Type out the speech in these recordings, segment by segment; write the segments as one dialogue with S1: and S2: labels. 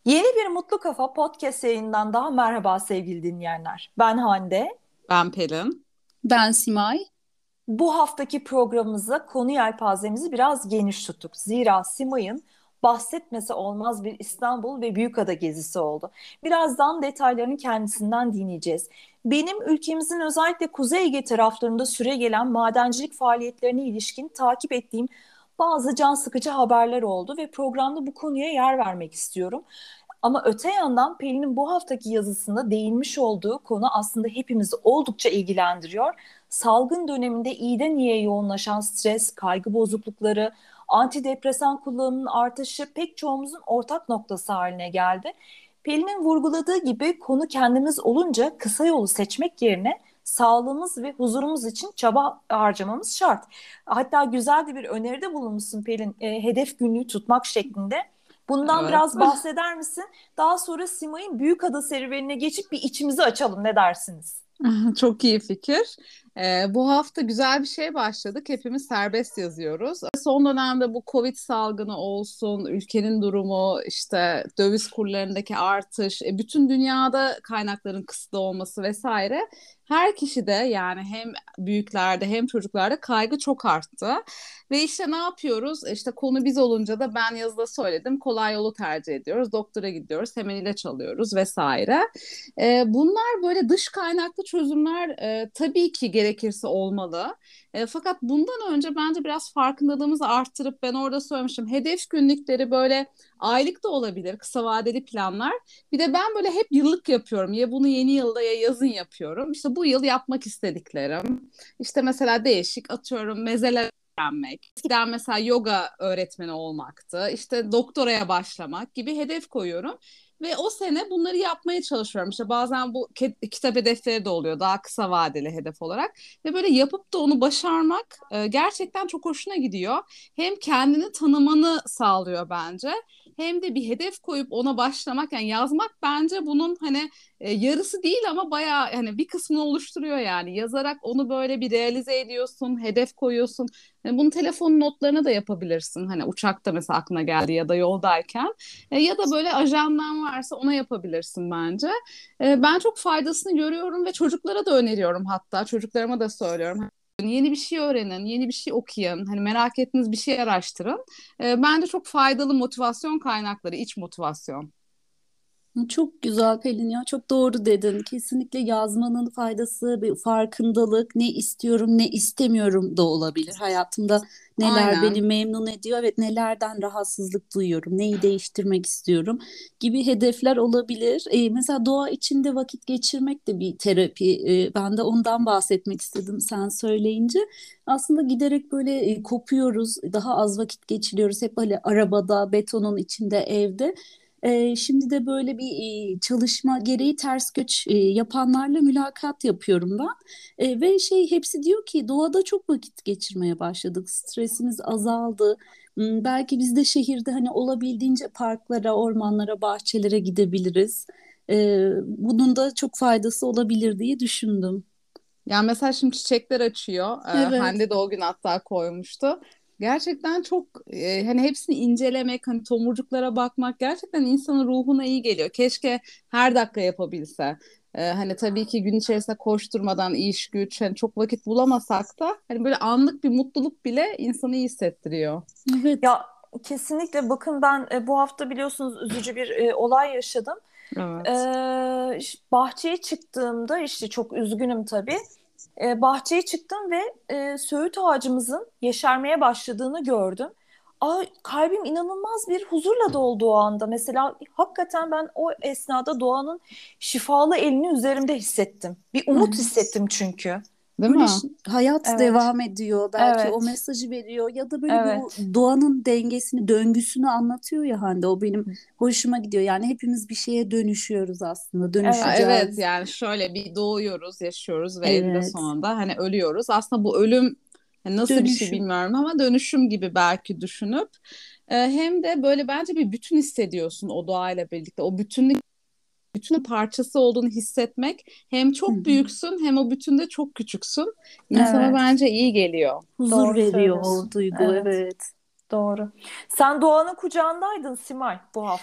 S1: Yeni bir Mutlu Kafa podcast yayından daha merhaba sevgili dinleyenler. Ben Hande.
S2: Ben Pelin.
S3: Ben Simay.
S1: Bu haftaki programımızda konu yelpazemizi biraz geniş tuttuk. Zira Simay'ın bahsetmesi olmaz bir İstanbul ve Büyükada gezisi oldu. Birazdan detaylarını kendisinden dinleyeceğiz. Benim ülkemizin özellikle Kuzey Ege taraflarında süregelen madencilik faaliyetlerine ilişkin takip ettiğim bazı can sıkıcı haberler oldu ve programda bu konuya yer vermek istiyorum. Ama öte yandan Pelin'in bu haftaki yazısında değinmiş olduğu konu aslında hepimizi oldukça ilgilendiriyor. Salgın döneminde iyiden iyiye yoğunlaşan stres, kaygı bozuklukları, antidepresan kullanımının artışı pek çoğumuzun ortak noktası haline geldi. Pelin'in vurguladığı gibi konu kendimiz olunca kısa yolu seçmek yerine sağlığımız ve huzurumuz için çaba harcamamız şart. Hatta güzel de bir öneride bulunmuşsun Pelin, hedef günlüğü tutmak şeklinde. Bundan
S2: Evet.
S1: biraz bahseder misin? Daha sonra Simay'ın Büyükada serüvenine geçip bir içimizi açalım. Ne dersiniz?
S2: Çok iyi fikir. Bu hafta güzel bir şey başladık. Hepimiz serbest yazıyoruz. Son dönemde bu Covid salgını olsun, ülkenin durumu, işte döviz kurlarındaki artış, bütün dünyada kaynakların kısıtlı olması vesaire. Her kişide yani hem büyüklerde hem çocuklarda kaygı çok arttı. Ve işte ne yapıyoruz? İşte konu biz olunca da ben yazıda söyledim. Kolay yolu tercih ediyoruz. Doktora gidiyoruz, hemen ilaç alıyoruz vesaire. Bunlar böyle dış kaynaklı çözümler tabii ki gerekirse olmalı. Fakat bundan önce bence biraz farkındalığımızı arttırıp ben orada söylemişim. Hedef günlükleri böyle aylık da olabilir, kısa vadeli planlar. Bir de ben böyle hep yıllık yapıyorum. Ya bunu yeni yılda ya yazın yapıyorum. İşte bu yıl yapmak istediklerim. İşte mesela değişik atıyorum mezeler öğrenmek. Eskiden mesela yoga öğretmeni olmaktı. İşte doktoraya başlamak gibi hedef koyuyorum. Ve o sene bunları yapmaya çalışıyorum. İşte bazen bu kitap hedefleri de oluyor daha kısa vadeli hedef olarak. Ve böyle yapıp da onu başarmak gerçekten çok hoşuna gidiyor. Hem kendini tanımanı sağlıyor bence. Hem de bir hedef koyup ona başlamak yani yazmak bence bunun hani yarısı değil ama bayağı hani bir kısmını oluşturuyor yani. Yazarak onu böyle bir realize ediyorsun, hedef koyuyorsun. Yani bunu telefonun notlarına da yapabilirsin. Hani uçakta mesela aklına geldi ya da yoldayken. Ya da böyle ajandan varsa ona yapabilirsin bence. Ben çok faydasını görüyorum ve çocuklara da öneriyorum hatta. Çocuklarıma da söylüyorum. Yeni bir şey öğrenin, yeni bir şey okuyun. Hani merak ettiğiniz bir şey araştırın. Bence çok faydalı motivasyon kaynakları, iç motivasyon.
S3: Çok güzel Pelin ya, çok doğru dedin. Kesinlikle yazmanın faydası, bir farkındalık, ne istiyorum ne istemiyorum da olabilir. Hayatımda neler beni
S2: Aynen.
S3: memnun ediyor, evet, nelerden rahatsızlık duyuyorum, neyi değiştirmek istiyorum gibi hedefler olabilir. Mesela doğa içinde vakit geçirmek de bir terapi. Ben de ondan bahsetmek istedim sen söyleyince. Aslında giderek böyle kopuyoruz, daha az vakit geçiriyoruz. Hep böyle arabada, betonun içinde, evde. Şimdi de böyle bir çalışma gereği ters göç yapanlarla mülakat yapıyorum ben. Ve hepsi diyor ki doğada çok vakit geçirmeye başladık. Stresimiz azaldı. Belki biz de şehirde hani olabildiğince parklara, ormanlara, bahçelere gidebiliriz. Bunun da çok faydası olabilir diye düşündüm.
S2: Yani mesela şimdi çiçekler açıyor.
S3: Evet.
S2: Hande de o gün hatta koymuştu. Gerçekten çok hani hepsini incelemek, hani tomurcuklara bakmak gerçekten insanın ruhuna iyi geliyor. Keşke her dakika yapabilse. Hani tabii ki gün içerisinde koşturmadan iş güç hani çok vakit bulamasak da hani böyle anlık bir mutluluk bile insanı iyi hissettiriyor.
S3: Evet.
S1: Ya kesinlikle bakın ben bu hafta biliyorsunuz üzücü bir olay yaşadım.
S2: Evet.
S1: Bahçeye çıktığımda işte çok üzgünüm tabii. Bahçeye çıktım ve söğüt ağacımızın yeşermeye başladığını gördüm. Kalbim inanılmaz bir huzurla doldu o anda. Mesela hakikaten ben o esnada doğanın şifalı elini üzerimde hissettim. Bir umut
S3: Evet.
S1: hissettim çünkü.
S2: Değil
S3: Böyle
S2: mi?
S3: hayat
S1: Evet,
S3: devam ediyor. Belki o
S1: evet,
S3: mesajı veriyor ya da böyle bir o
S1: evet,
S3: doğanın dengesini, döngüsünü anlatıyor ya Hande. O benim hoşuma gidiyor. Yani hepimiz bir şeye dönüşüyoruz aslında.
S1: evet.
S2: Evet
S3: Dönüşeceğiz.
S2: yani şöyle bir doğuyoruz, yaşıyoruz ve eninde
S3: Evet.
S2: sonunda hani ölüyoruz. Aslında bu ölüm hani nasıl bir şey
S3: Dönüşüm.
S2: bilmiyorum ama dönüşüm gibi belki düşünüp hem de böyle bence bir bütün hissediyorsun o doğayla birlikte. O bütünlük bütünün parçası olduğunu hissetmek hem
S3: Hı
S2: çok
S3: hı.
S2: büyüksün hem o bütünde çok küçüksün. İnsana
S1: Evet.
S2: bence iyi geliyor.
S3: Huzur
S1: Doğru
S3: veriyor o
S1: söylüyorsun.
S3: duygu,
S1: Evet,
S3: evet.
S1: doğru. Sen doğanın kucağındaydın Simay bu hafta.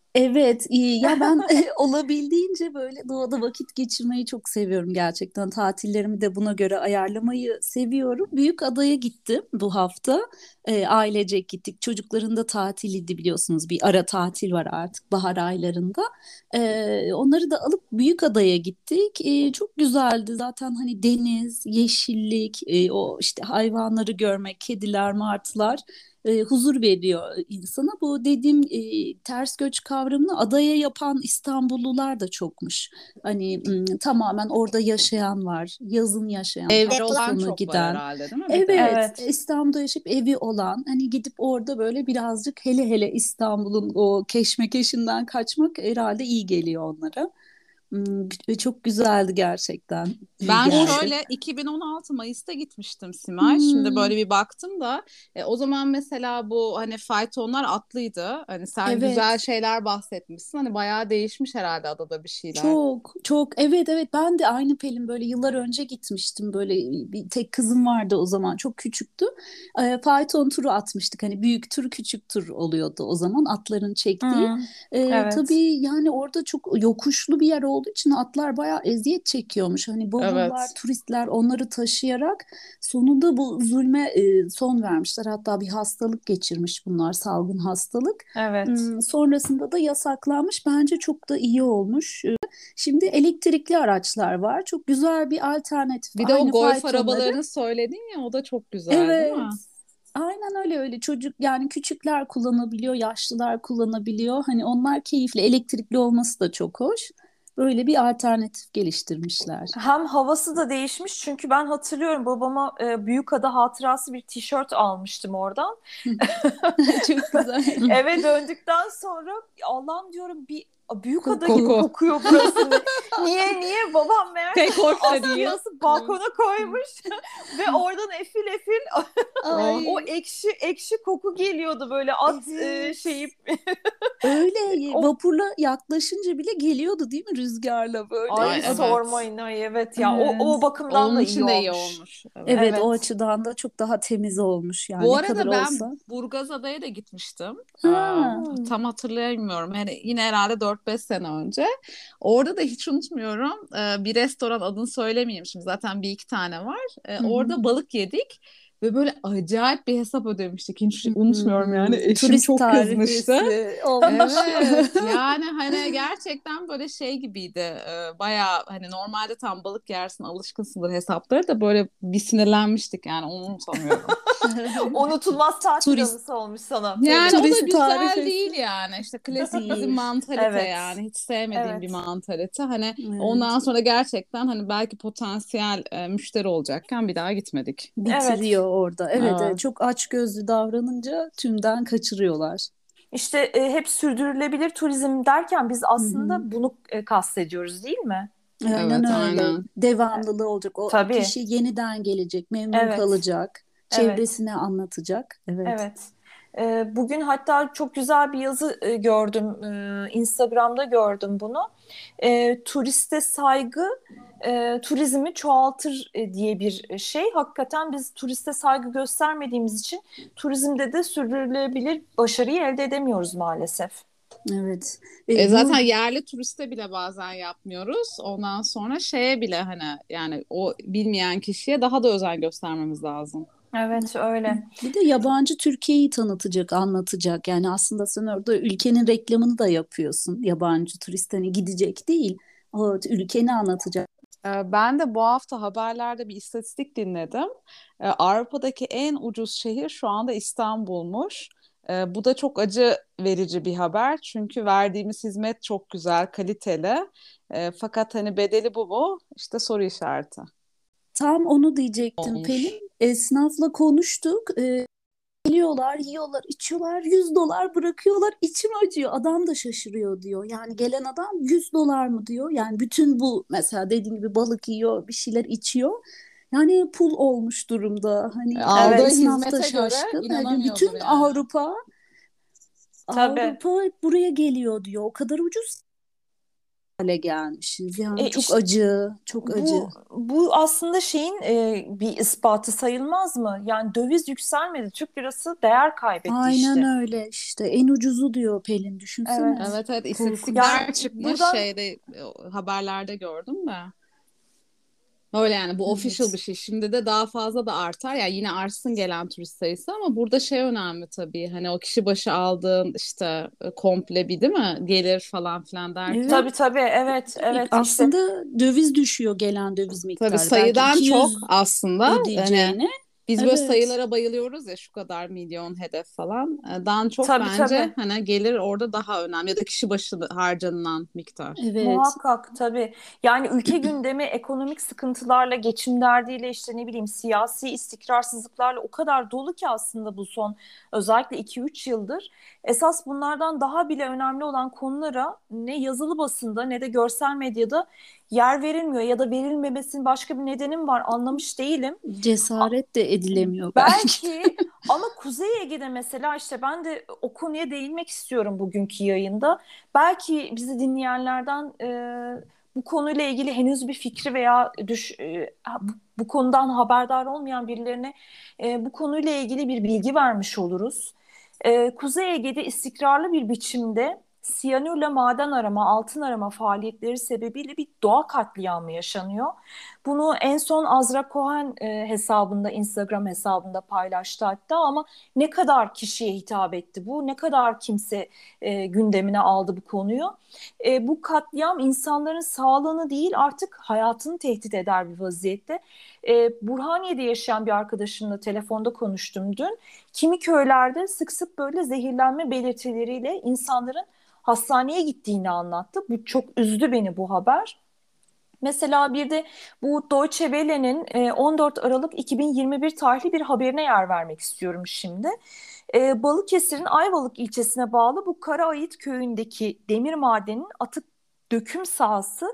S3: Evet, iyi. Ya ben olabildiğince böyle doğada vakit geçirmeyi çok seviyorum gerçekten. Tatillerimi de buna göre ayarlamayı seviyorum. Büyükada'ya gittim bu hafta. Ailecek gittik. Çocukların da tatiliydi biliyorsunuz. Bir ara tatil var artık bahar aylarında. Onları da alıp Büyükada'ya gittik. Çok güzeldi. Zaten hani deniz, yeşillik, o işte hayvanları görmek, kediler, martılar huzur veriyor insana. Bu dediğim ters göç kavramını adaya yapan İstanbullular da çokmuş. Hani tamamen orada yaşayan var, yazın yaşayan,
S2: Evleri
S3: hafta
S2: olan
S3: sonu
S2: çok var
S3: giden.
S2: herhalde değil mi bir de?
S3: Evet,
S1: Evet.
S3: İstanbul'da yaşayıp evi olan, hani gidip orada böyle birazcık hele hele İstanbul'un o keşmekeşinden kaçmak herhalde iyi geliyor onlara. Çok güzeldi gerçekten, iyi
S2: Ben
S3: geldi.
S2: şöyle 2016 Mayıs'ta gitmiştim Simay. Şimdi
S3: Hmm,
S2: böyle bir baktım da o zaman mesela bu hani faytonlar atlıydı. Hani sen güzel
S3: evet.
S2: şeyler bahsetmişsin. Hani bayağı değişmiş herhalde adada bir şeyler.
S3: Çok çok, evet evet, ben de aynı Pelin böyle yıllar önce gitmiştim, böyle bir tek kızım vardı o zaman, çok küçüktü. Fayton turu atmıştık, hani büyük tur küçük tur oluyordu o zaman atların çektiği.
S1: Hı, evet.
S3: Tabii yani orada çok yokuşlu bir yer olduğu için atlar bayağı eziyet çekiyormuş, hani bavullar,
S2: Evet.
S3: turistler onları taşıyarak sonunda bu zulme son vermişler, hatta bir hastalık geçirmiş bunlar, salgın hastalık.
S1: Evet.
S3: Sonrasında da yasaklanmış, bence çok da iyi olmuş. Şimdi elektrikli araçlar var. Çok güzel bir alternatif.
S2: Bir de o
S3: Aynı
S2: golf
S3: faytonları.
S2: arabalarını söyledin ya o da çok güzel değil
S3: Evet.
S2: mi?
S3: Aynen öyle öyle. Çocuk yani küçükler kullanabiliyor, yaşlılar kullanabiliyor. Hani onlar keyifli. Elektrikli olması da çok hoş. Böyle bir alternatif geliştirmişler.
S1: Hem havası da değişmiş çünkü ben hatırlıyorum babama Büyükada hatırası bir tişört almıştım oradan.
S3: Çok güzel.
S1: Eve döndükten sonra Allah'ım diyorum bir Büyükada gibi
S2: Koku.
S1: kokuyor burası. Niye? Babam meğerse
S2: Pek
S1: bunu
S2: hoş da değil.
S1: askıyası balkona koymuş ve oradan efil efil
S2: Oh.
S1: o
S3: Ay,
S1: ekşi koku geliyordu böyle at
S3: evet.
S1: şeyi
S3: Öyle
S1: o
S3: vapurla yaklaşınca bile geliyordu değil mi, rüzgarla böyle?
S1: ay
S2: Ay evet.
S1: sormayın ay evet ya o
S3: Evet.
S1: bakımdan
S2: Onun
S1: da iyi
S2: için de iyi
S1: olmuş.
S2: olmuş. Evet.
S3: Evet, o
S1: Evet.
S3: açıdan da çok daha temiz olmuş yani,
S2: Bu
S3: ne kadar
S2: arada ben
S3: olsa.
S2: Burgazada'ya da gitmiştim.
S3: Ha.
S1: Hmm.
S2: Tam hatırlayamıyorum. Yani yine herhalde 4-5 sene önce. Orada da hiç unutmuyorum. Bir restoran adını söylemeyeyim şimdi. Zaten bir iki tane var.
S3: Hı hı.
S2: Orada balık yedik. Ve böyle acayip bir hesap ödemiştik. Hiç unutmuyorum yani. Eşim
S3: Turist
S2: çok kızmıştı.
S3: tarifesi olmuş.
S2: Evet yani hani gerçekten böyle şey gibiydi. Bayağı hani normalde tam balık yersin alışkınsındır hesapları da böyle bir sinirlenmiştik yani onu unutamıyorum.
S1: Unutulmaz tatil
S3: Turist
S1: anısı olmuş sana
S2: Yani
S1: Pelin.
S2: o da
S3: turist
S2: güzel değil
S3: tarifesi
S2: yani işte klasik bizim
S3: değil.
S2: mantalite
S1: Evet.
S2: yani hiç sevmediğim bir
S1: Evet.
S2: mantalite. Hani ondan
S3: Evet.
S2: sonra gerçekten hani belki potansiyel müşteri olacakken bir daha gitmedik.
S1: Evet.
S3: Bitiriyor orada. Evet, evet.
S2: Evet.
S3: Çok açgözlü davranınca tümden kaçırıyorlar.
S1: İşte hep sürdürülebilir turizm derken biz
S3: Hı hı.
S1: aslında bunu kastediyoruz değil mi?
S3: Aynen
S2: Evet
S3: öyle.
S2: aynen.
S3: Devamlılığı olacak. O
S1: Tabii.
S3: kişi yeniden gelecek, memnun
S1: Evet.
S3: kalacak,
S1: Evet.
S3: çevresine anlatacak. Evet.
S1: Evet. Bugün hatta çok güzel bir yazı gördüm. Instagram'da gördüm bunu. Turiste saygı turizmi çoğaltır diye bir şey. Hakikaten biz turiste saygı göstermediğimiz için turizmde de sürdürülebilir başarıyı elde edemiyoruz maalesef.
S3: Evet.
S2: Zaten
S3: Bu
S2: yerli turiste bile bazen yapmıyoruz. Ondan sonra şeye bile hani yani o bilmeyen kişiye daha da özen göstermemiz lazım.
S1: Evet öyle.
S3: bir de yabancı Türkiye'yi tanıtacak, anlatacak. Yani aslında sen orada ülkenin reklamını da yapıyorsun. Yabancı turist hani gidecek değil. O ülkeni anlatacak.
S2: Ben de bu hafta haberlerde bir istatistik dinledim. Avrupa'daki en ucuz şehir şu anda İstanbul'muş. Bu da çok acı verici bir haber. Çünkü verdiğimiz hizmet çok güzel, kaliteli. Fakat hani bedeli bu mu? İşte soru işareti
S3: Tam onu diyecektim
S2: olmuş.
S3: Pelin. Esnafla konuştuk. Geliyorlar, yiyorlar, içiyorlar, 100 dolar bırakıyorlar. İçim acıyor. Adam da şaşırıyor diyor. Yani gelen adam 100 dolar mı diyor. Yani bütün bu mesela dediğim gibi balık yiyor, bir şeyler içiyor. Yani pul olmuş durumda. Hani
S2: Aldığı
S1: Evet.
S3: esnaf da
S2: hizmete göre
S3: şaşkın. Yani
S2: inanamıyordur
S3: bütün
S2: yani.
S3: Avrupa
S1: Tabii.
S3: Avrupa buraya geliyor diyor. O kadar ucuz. hale gelmişiz. Yani çok
S1: İşte
S3: acı, çok acı.
S1: bu aslında şeyin bir ispatı sayılmaz mı? Yani döviz yükselmedi, Türk lirası değer kaybetti
S3: Aynen
S1: işte.
S3: öyle işte. En ucuzu diyor Pelin. Düşünsene.
S1: Evet.
S2: Evet, evet,
S3: Korkunç.
S1: Yani
S2: istatistikler çıkmış
S1: buradan
S2: şeyde, haberlerde gördüm de. Öyle yani, bu official bir
S3: Evet.
S2: şey. Şimdi de daha fazla da artar. Yani yine artsın gelen turist sayısı, ama burada şey önemli tabii. Hani o kişi başı aldığın işte komple bir, değil mi? Gelir falan filan derken.
S3: Evet.
S1: tabii tabii, evet evet işte.
S3: Aslında döviz düşüyor, gelen döviz
S2: Tabii
S3: miktarı. Belki
S2: sayıdan çok
S3: 200
S2: aslında, hani
S3: ödeyeceğine.
S2: biz böyle
S3: Evet.
S2: sayılara bayılıyoruz ya, şu kadar milyon hedef falan. Dan çok
S1: Tabii tabii.
S2: bence hani gelir orada daha önemli, ya da kişi başı harcanılan miktar.
S3: Evet.
S1: Muhakkak tabii. Yani ülke gündemi ekonomik sıkıntılarla, geçim derdiyle, işte ne bileyim siyasi istikrarsızlıklarla o kadar dolu ki aslında bu son özellikle 2-3 yıldır. Esas bunlardan daha bile önemli olan konulara ne yazılı basında ne de görsel medyada yer verilmiyor ya da verilmemesinin başka bir nedeni mi var anlamış değilim.
S3: Cesaret de edilemiyor belki.
S1: Belki, ama Kuzey Ege'de mesela işte ben de o konuya değinmek istiyorum bugünkü yayında. Belki bizi dinleyenlerden bu konuyla ilgili henüz bir fikri veya bu konudan haberdar olmayan birilerine bu konuyla ilgili bir bilgi vermiş oluruz. Kuzey Ege'de istikrarlı bir biçimde siyanürle maden arama, altın arama faaliyetleri sebebiyle bir doğa katliamı yaşanıyor. Bunu en son Azra Cohen hesabında, Instagram hesabında paylaştı hatta, ama ne kadar kişiye hitap etti bu, ne kadar kimse gündemine aldı bu konuyu. Bu katliam insanların sağlığını değil artık hayatını tehdit eder bir vaziyette. Burhaniye'de yaşayan bir arkadaşımla telefonda konuştum dün. Kimi köylerde sık sık böyle zehirlenme belirtileriyle insanların hastaneye gittiğini anlattı. Bu çok üzdü beni, bu haber. Mesela bir de bu Deutsche Welle'nin 14 Aralık 2021 tarihli bir haberine yer vermek istiyorum şimdi. Balıkesir'in Ayvalık ilçesine bağlı bu Karaait köyündeki demir madeninin atık döküm sahası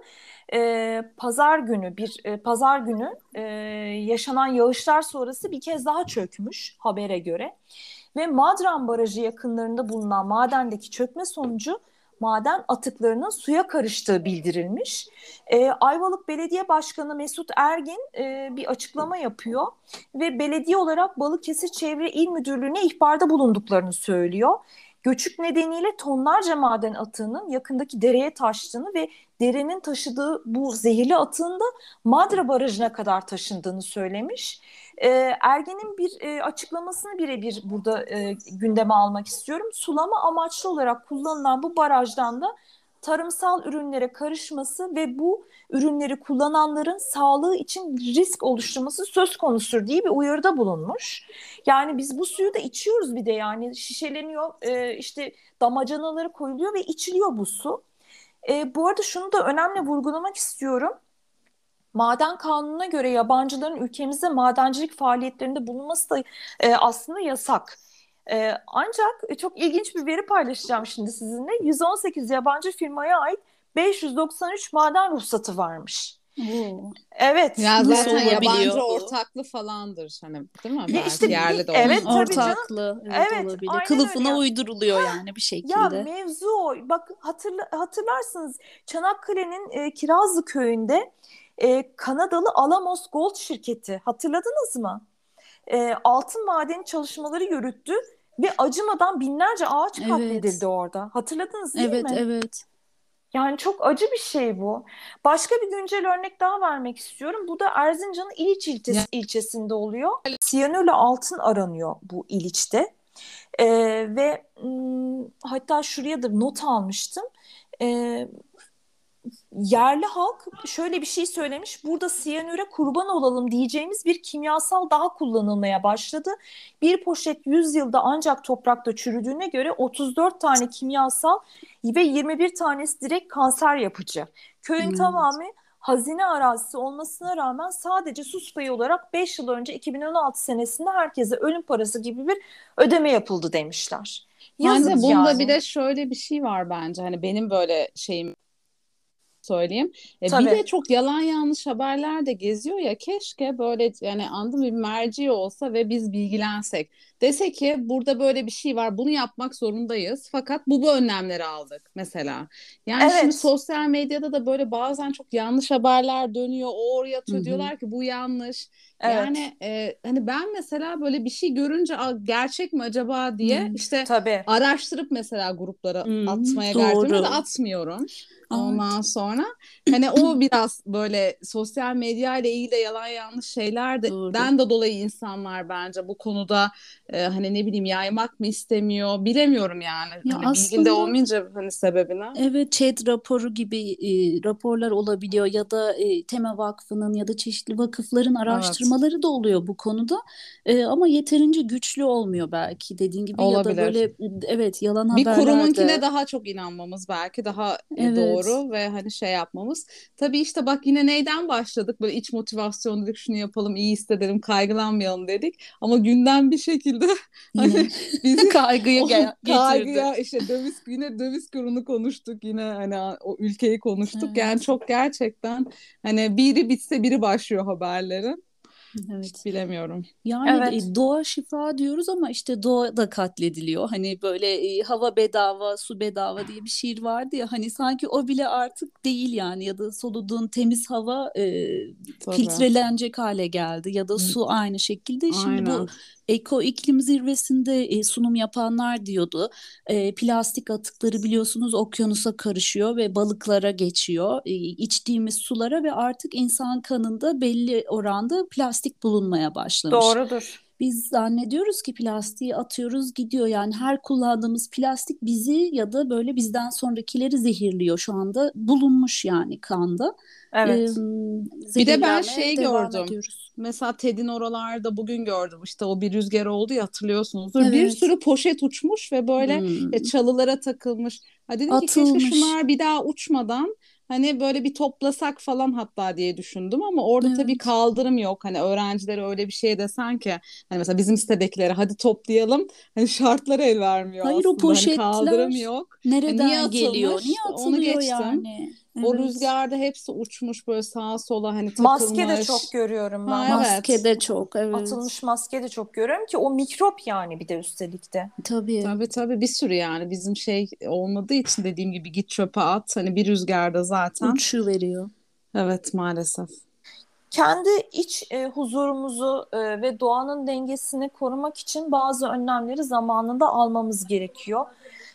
S1: pazar günü yaşanan yağışlar sonrası bir kez daha çökmüş habere göre. Ve Madran Barajı yakınlarında bulunan madendeki çökme sonucu maden atıklarının suya karıştığı bildirilmiş. Ayvalık Belediye Başkanı Mesut Ergin bir açıklama yapıyor ve belediye olarak Balıkesir Çevre İl Müdürlüğü'ne ihbarda bulunduklarını söylüyor. Göçük nedeniyle tonlarca maden atığının yakındaki dereye taştığını ve derenin taşıdığı bu zehirli atığın da Madra Barajı'na kadar taşındığını söylemiş. Ergen'in bir açıklamasını birebir burada gündeme almak istiyorum. Sulama amaçlı olarak kullanılan bu barajdan da tarımsal ürünlere karışması ve bu ürünleri kullananların sağlığı için risk oluşturması söz konusudur diye bir uyarıda bulunmuş. Yani biz bu suyu da içiyoruz, bir de yani şişeleniyor, işte damacanaları koyuluyor ve içiliyor bu su. Bu arada şunu da önemli vurgulamak istiyorum. Maden kanununa göre yabancıların ülkemizde madencilik faaliyetlerinde bulunması da aslında yasak. Ancak çok ilginç bir veri paylaşacağım şimdi sizinle. 118 yabancı firmaya ait 593 maden ruhsatı varmış.
S3: Oo.
S1: Evet.
S2: Ya
S3: Nasıl
S2: zaten yabancı
S3: olabiliyor bu?
S2: ortaklı falandır hani, değil mi?
S1: Ya
S2: Belki
S1: işte
S2: yerli de
S1: evet tabii
S2: olsun.
S1: canım.
S3: Ortaklı, evet,
S1: Evet,
S3: olabilir.
S1: aynen öyle
S3: Kılıfına
S1: ya.
S3: uyduruluyor yani bir
S1: Ya
S3: şekilde.
S1: mevzu o. Bak hatırlarsınız, Çanakkale'nin Kirazlı köyünde Kanadalı Alamos Gold şirketi, hatırladınız mı? Altın madeni çalışmaları yürüttü ve acımadan binlerce ağaç katledildi
S3: Evet,
S1: orada. Hatırladınız değil
S3: evet,
S1: mi?
S3: evet.
S1: Yani çok acı bir şey bu. Başka bir güncel örnek daha vermek istiyorum. Bu da Erzincan'ın İliç
S2: Ya,
S1: ilçesinde oluyor. Siyanürle altın aranıyor bu İliç'te. Ve hatta şuraya da not almıştım. Ee, Yerli halk şöyle bir şey söylemiş. Burada siyanüre kurban olalım diyeceğimiz bir kimyasal daha kullanılmaya başladı. Bir poşet 100 yılda ancak toprakta çürüdüğüne göre 34 tane kimyasal ve 21 tanesi direkt kanser yapıcı. Köyün
S3: Evet.
S1: tamamı hazine arazisi olmasına rağmen sadece sus payı olarak 5 yıl önce 2016 senesinde herkese ölüm parası gibi bir ödeme yapıldı demişler.
S2: Hande,
S1: Yazık
S2: bunda bir
S1: yani.
S2: de şöyle bir şey var bence. Hani benim böyle şeyim, söyleyeyim. Bir
S1: Tabii.
S2: de çok yalan yanlış haberler de geziyor ya, keşke böyle yani anladın mı, bir merci olsa ve biz bilgilensek. Dese ki burada böyle bir şey var, bunu yapmak zorundayız fakat bu önlemleri aldık mesela. Yani şimdi
S1: Evet.
S2: sosyal medyada da böyle bazen çok yanlış haberler dönüyor. O oraya
S3: Hı
S2: atıyor,
S3: hı.
S2: diyorlar ki bu yanlış.
S1: Evet.
S2: Yani hani ben mesela böyle bir şey görünce gerçek mi acaba diye
S3: Evet.
S2: işte
S1: Tabii.
S2: araştırıp mesela gruplara
S3: Hı,
S2: atmaya gayret ediyorum ya da
S3: doğru.
S2: atmıyorum.
S3: Evet.
S2: Ondan sonra hani o biraz böyle sosyal medya ile ilgili de yalan yanlış
S3: Doğru.
S2: şeylerden de dolayı insanlar bence bu konuda hani ne bileyim yaymak mı istemiyor bilemiyorum yani.
S3: Ya
S2: Hani bilginde
S3: aslında
S2: olmayınca hani sebebine.
S3: evet, ÇED raporu gibi raporlar olabiliyor ya da Tema Vakfı'nın ya da çeşitli vakıfların
S2: Evet,
S3: araştırmaları da oluyor bu konuda. Ama yeterince güçlü olmuyor belki dediğin gibi ya da
S2: olabilir.
S3: böyle evet, yalan
S2: Bir
S3: haberler
S2: kurumunkine
S3: de
S2: daha çok inanmamız belki daha
S3: evet.
S2: doğru ve hani şey yapmamız. Tabii işte bak yine neyden başladık? Böyle iç motivasyon dedik, şunu yapalım, iyi hissedelim, kaygılanmayalım dedik. Ama gündem bir şekilde
S3: Yine
S2: hani bizi
S3: kaygıyı
S2: o
S3: getirdi.
S2: kaygıya işte yine döviz kurunu konuştuk, yine hani o ülkeyi konuştuk. Yani
S3: Evet.
S2: çok gerçekten hani biri bitse biri başlıyor haberlerin. İşte
S3: Evet.
S2: bilemiyorum.
S3: Yani
S1: Evet.
S3: doğa şifa diyoruz ama işte doğa da katlediliyor. Hani böyle hava bedava, su bedava diye bir şiir vardı ya. Hani sanki o bile artık değil yani, ya da soluduğun temiz hava
S2: Tabii.
S3: filtrelenecek hale geldi ya da su aynı şekilde. Şimdi bu
S2: Aynen.
S3: Eko iklim zirvesinde sunum yapanlar diyordu. Plastik atıkları biliyorsunuz okyanusa karışıyor ve balıklara geçiyor. İçtiğimiz sulara ve artık insan kanında belli oranda plastik bulunmaya başlamış.
S1: Doğrudur.
S3: Biz zannediyoruz ki plastiği atıyoruz gidiyor. Yani her kullandığımız plastik bizi ya da böyle bizden sonrakileri zehirliyor. Şu anda bulunmuş yani kanda. Ee,
S1: Evet.
S2: Bir de ben
S3: Zehirlenmeye
S2: şeyi
S3: devam
S2: gördüm.
S3: ediyoruz.
S2: Mesela TED'in oralarda bugün gördüm. İşte o bir rüzgar oldu ya, hatırlıyorsunuzdur. Bir
S3: Evet.
S2: sürü poşet uçmuş ve böyle
S3: Hmm.
S2: çalılara takılmış. Ha dedim ki keşke
S3: Atılmış.
S2: şunlar bir daha uçmadan hani böyle bir toplasak falan hatta diye düşündüm ama orada tabii
S3: Evet.
S2: kaldırım yok. Hani öğrencilere öyle bir şey desen ki hani mesela bizim sitedekilere hadi toplayalım. Hani şartlara el vermiyor
S3: Hayır, o
S2: aslında. Hani kaldırım
S3: poşetler
S2: yok. Hani niye
S3: nereden geliyor? Niye
S2: atılmış? Onu
S3: atılıyor
S2: geçtim.
S3: yani?
S2: O
S3: Evet.
S2: rüzgarda hepsi uçmuş böyle sağa sola hani
S1: Maske de
S2: takılmış.
S1: çok görüyorum
S2: Ha
S1: ben.
S2: evet.
S3: Maske de çok, evet.
S1: Atılmış maske de çok görüyorum ki o mikrop yani bir de üstelik de.
S3: Tabii.
S2: Tabii tabii bir sürü yani bizim şey olmadığı için dediğim gibi git çöpe at. Hani bir rüzgarda zaten.
S3: Uçu veriyor.
S2: Evet maalesef.
S1: Kendi iç huzurumuzu ve doğanın dengesini korumak için bazı önlemleri zamanında almamız gerekiyor.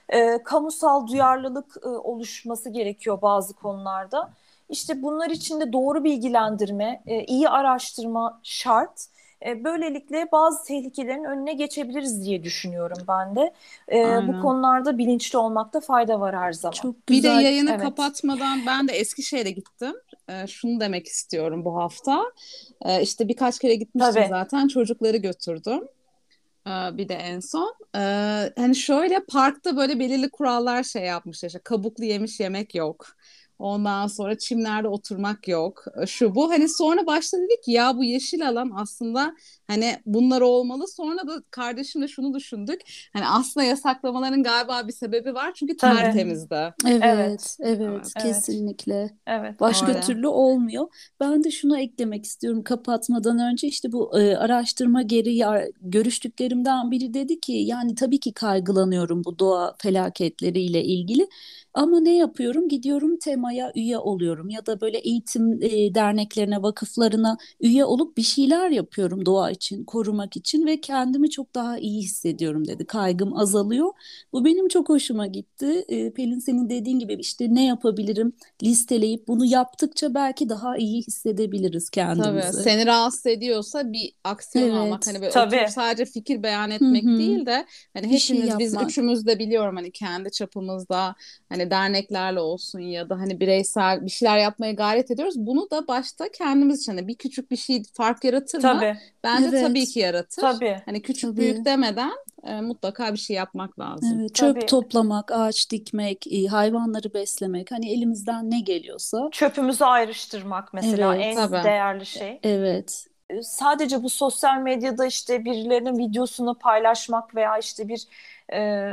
S1: Kamusal duyarlılık oluşması gerekiyor bazı konularda. İşte bunlar için de doğru bilgilendirme, iyi araştırma şart. Böylelikle bazı tehlikelerin önüne geçebiliriz diye düşünüyorum ben de. Bu
S2: Aynen.
S1: konularda bilinçli olmakta fayda var her zaman.
S3: Çok
S2: Bir de
S3: güzel.
S2: yayını
S1: Evet.
S2: kapatmadan ben de Eskişehir'e gittim. Şunu demek istiyorum bu hafta. İşte birkaç kere gitmiştim
S1: Tabii.
S2: zaten. Çocukları götürdüm. Bir de en son. Hani şöyle parkta böyle belirli kurallar şey yapmışlar. İşte kabuklu yemiş yemek yok. Ondan sonra çimlerde oturmak yok. Şu bu. Hani sonra başta dedik ki ya bu yeşil alan aslında hani bunlar olmalı. Sonra da kardeşimle şunu düşündük. Hani aslında yasaklamaların galiba bir sebebi var. Çünkü
S1: Tabii.
S3: Hmm.
S2: tertemizdi.
S3: Evet,
S1: Evet.
S3: evet,
S2: Evet.
S1: Evet.
S3: kesinlikle.
S1: Evet.
S3: Başka
S2: Öyle.
S3: türlü olmuyor. Ben de şunu eklemek istiyorum kapatmadan önce, işte bu araştırma görüştüklerimden biri dedi ki yani tabii ki kaygılanıyorum bu doğa felaketleriyle ilgili ama ne yapıyorum? Gidiyorum temaya üye oluyorum ya da böyle eğitim derneklerine, vakıflarına üye olup bir şeyler yapıyorum doğa için, korumak için ve kendimi çok daha iyi hissediyorum dedi. Kaygım azalıyor. Bu benim çok hoşuma gitti. Pelin, senin dediğin gibi işte ne yapabilirim listeleyip bunu yaptıkça belki daha iyi hissedebiliriz
S2: Tabii
S3: kendimizi.
S2: seni rahatsız ediyorsa bir aksiyon almak hani
S3: Evet.
S2: böyle oturup
S1: Tabii.
S2: sadece fikir beyan
S3: Hı
S2: etmek
S3: hı.
S2: değil de hani
S3: Bir şey
S2: hepimiz biz
S3: yapmak.
S2: üçümüz de biliyorum hani kendi çapımızda hani derneklerle olsun ya da hani bireysel bir şeyler yapmaya gayret ediyoruz. Bunu da başta kendimiz için hani bir küçük bir şey fark yaratır mı?
S1: Tabii.
S2: Bence tabii
S3: Evet.
S2: ki yaratır.
S1: Tabii.
S2: Hani küçük büyük
S3: Tabii.
S2: demeden mutlaka bir şey yapmak lazım.
S3: Evet. Çöp
S1: Tabii.
S3: toplamak, ağaç dikmek, hayvanları beslemek. Hani elimizden ne geliyorsa.
S1: Çöpümüzü ayrıştırmak mesela en
S3: Evet.
S2: Tabii.
S1: değerli şey.
S3: Evet.
S1: Sadece bu sosyal medyada işte birilerinin videosunu paylaşmak veya işte bir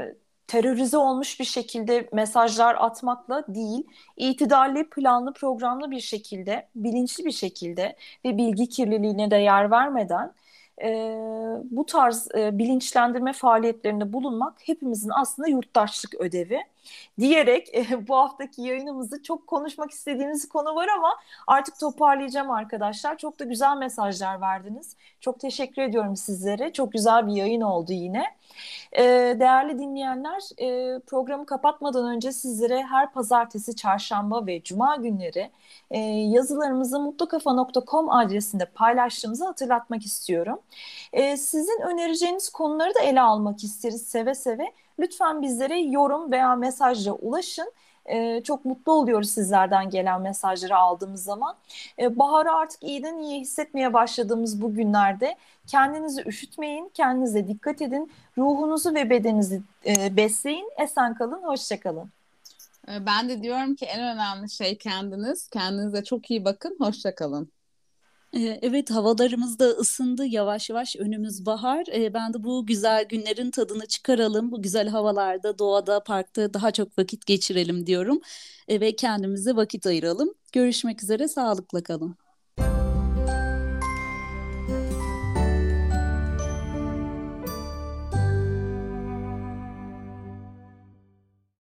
S1: terörize olmuş bir şekilde mesajlar atmakla değil, itidalli, planlı, programlı bir şekilde, bilinçli bir şekilde ve bilgi kirliliğine de yer vermeden e, bu tarz bilinçlendirme faaliyetlerinde bulunmak hepimizin aslında yurttaşlık ödevi diyerek bu haftaki yayınımızı, çok konuşmak istediğimiz konu var ama artık toparlayacağım arkadaşlar. Çok da güzel mesajlar verdiniz. Çok teşekkür ediyorum sizlere. Çok güzel bir yayın oldu yine. Değerli dinleyenler, programı kapatmadan önce sizlere her pazartesi, çarşamba ve cuma günleri yazılarımızı mutlukafa.com adresinde paylaştığımızı hatırlatmak istiyorum. Sizin önereceğiniz konuları da ele almak isteriz seve seve. Lütfen bizlere yorum veya mesajla ulaşın. Çok mutlu oluyoruz sizlerden gelen mesajları aldığımız zaman. Baharı artık iyiden iyiye hissetmeye başladığımız bu günlerde kendinizi üşütmeyin, kendinize dikkat edin, ruhunuzu ve bedeninizi besleyin, esen kalın, hoşça kalın.
S2: Ben de diyorum ki en önemli şey kendiniz. Kendinize çok iyi bakın. Hoşça kalın.
S3: Evet, havalarımız da ısındı yavaş yavaş, önümüz bahar. Ben de bu güzel günlerin tadını çıkaralım. Bu güzel havalarda doğada, parkta daha çok vakit geçirelim diyorum. Ve kendimize vakit ayıralım. Görüşmek üzere, sağlıkla kalın.